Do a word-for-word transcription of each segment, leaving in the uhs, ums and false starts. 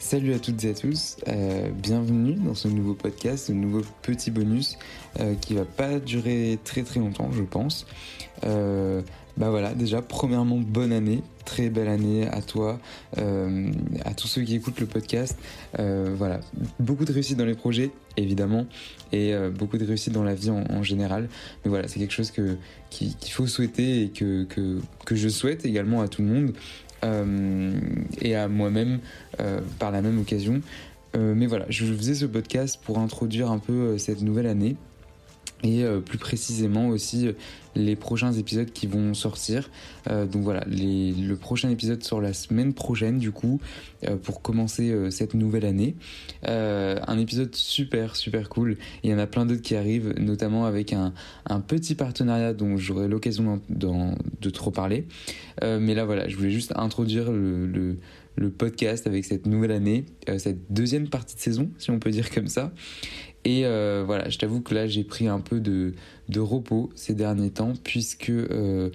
Salut à toutes et à tous, euh, bienvenue dans ce nouveau podcast, ce nouveau petit bonus euh, qui va pas durer très très longtemps je pense. Euh, bah voilà, déjà premièrement bonne année, très belle année à toi, euh, à tous ceux qui écoutent le podcast. Euh, voilà, beaucoup de réussite dans les projets évidemment et euh, beaucoup de réussite dans la vie en, en général. Mais voilà, c'est quelque chose que, qui, qu'il faut souhaiter et que, que, que je souhaite également à tout le monde. Euh, et à moi-même euh, par la même occasion. Euh, mais voilà, je faisais ce podcast pour introduire un peu euh, cette nouvelle année et euh, plus précisément aussi euh, les prochains épisodes qui vont sortir. Euh, donc voilà, les, le prochain épisode sort la semaine prochaine du coup euh, pour commencer euh, cette nouvelle année. Euh, un épisode super super cool. Il y en a plein d'autres qui arrivent, notamment avec un, un petit partenariat dont j'aurai l'occasion d'en, d'en, de trop parler. Euh, mais là voilà, je voulais juste introduire le, le le podcast avec cette nouvelle année, euh, cette deuxième partie de saison, si on peut dire comme ça. Et euh, voilà, je t'avoue que là, j'ai pris un peu de, de repos ces derniers temps, puisque euh,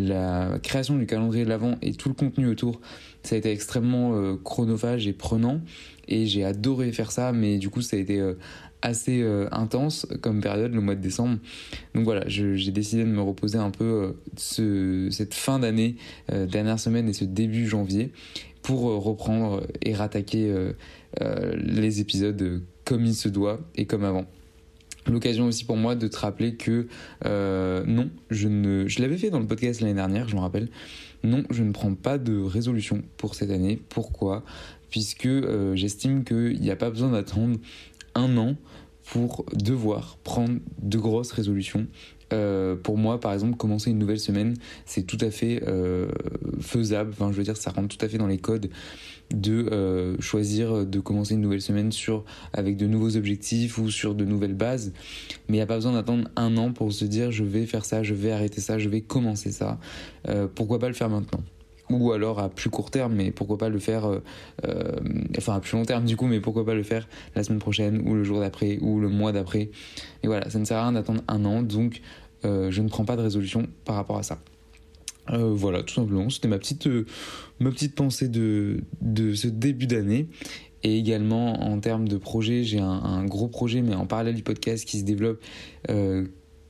la création du calendrier de l'Avent et tout le contenu autour, ça a été extrêmement euh, chronophage et prenant. Et j'ai adoré faire ça, mais du coup, ça a été euh, assez euh, intense comme période, le mois de décembre. Donc voilà, je, j'ai décidé de me reposer un peu euh, ce, cette fin d'année, euh, dernière semaine et ce début janvier, pour reprendre et rattaquer euh, euh, les épisodes euh, comme il se doit et comme avant. L'occasion aussi pour moi de te rappeler que euh, non, je ne, je l'avais fait dans le podcast l'année dernière, je me rappelle. Non, je ne prends pas de résolution pour cette année. Pourquoi ? Puisque euh, j'estime qu'il n'y a pas besoin d'attendre un an pour devoir prendre de grosses résolutions. Euh, pour moi, par exemple, commencer une nouvelle semaine, c'est tout à fait euh, faisable. Enfin, je veux dire, ça rentre tout à fait dans les codes de euh, choisir de commencer une nouvelle semaine sur, avec de nouveaux objectifs ou sur de nouvelles bases. Mais il n'y a pas besoin d'attendre un an pour se dire je vais faire ça, je vais arrêter ça, je vais commencer ça. Euh, pourquoi pas le faire maintenant ? Ou alors à plus court terme, mais pourquoi pas le faire, euh, euh, enfin à plus long terme du coup, mais pourquoi pas le faire la semaine prochaine, ou le jour d'après, ou le mois d'après. Et voilà, ça ne sert à rien d'attendre un an, donc euh, je ne prends pas de résolution par rapport à ça. Euh, voilà, tout simplement, c'était ma petite, euh, ma petite pensée de, de ce début d'année. Et également en termes de projet, j'ai un, un gros projet, mais en parallèle du podcast qui se développe, euh,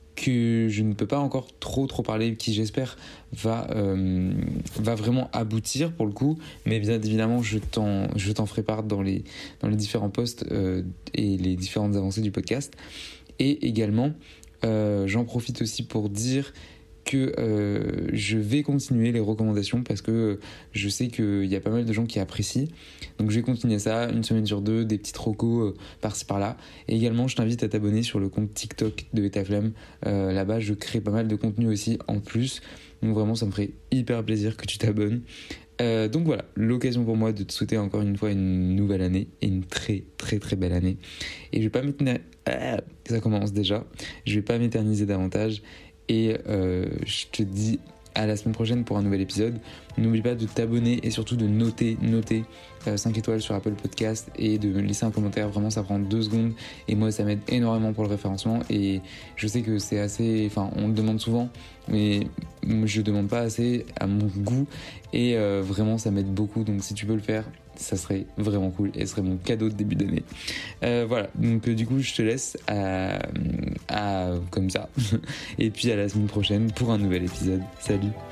que je ne peux pas encore trop trop parler, qui j'espère va, euh, va vraiment aboutir pour le coup, mais bien évidemment je t'en, je t'en ferai part dans les, dans les différents posts euh, et les différentes avancées du podcast. Et également euh, j'en profite aussi pour dire que euh, je vais continuer les recommandations parce que je sais qu'il y a pas mal de gens qui apprécient. Donc je vais continuer ça, une semaine sur deux, des petites recos euh, par-ci par-là. Et également, je t'invite à t'abonner sur le compte TikTok de Etaflamme. Euh, là-bas, je crée pas mal de contenu aussi en plus. Donc vraiment, ça me ferait hyper plaisir que tu t'abonnes. Euh, donc voilà, l'occasion pour moi de te souhaiter encore une fois une nouvelle année et une très très très belle année. Et je vais pas m'éterniser... Ah, ça commence déjà. Je vais pas m'éterniser davantage. Et euh, je te dis à la semaine prochaine pour un nouvel épisode. N'oublie pas de t'abonner et surtout de noter, noter euh, cinq étoiles sur Apple Podcast et de me laisser un commentaire. Vraiment, ça prend deux secondes et moi, ça m'aide énormément pour le référencement. Et je sais que c'est assez... Enfin, on le demande souvent, mais je demande pas assez à mon goût. Et euh, vraiment, ça m'aide beaucoup. Donc, si tu peux le faire, ça serait vraiment cool et ce serait mon cadeau de début d'année. Euh, voilà, donc euh, du coup je te laisse à, à, comme ça et puis à la semaine prochaine pour un nouvel épisode. Salut.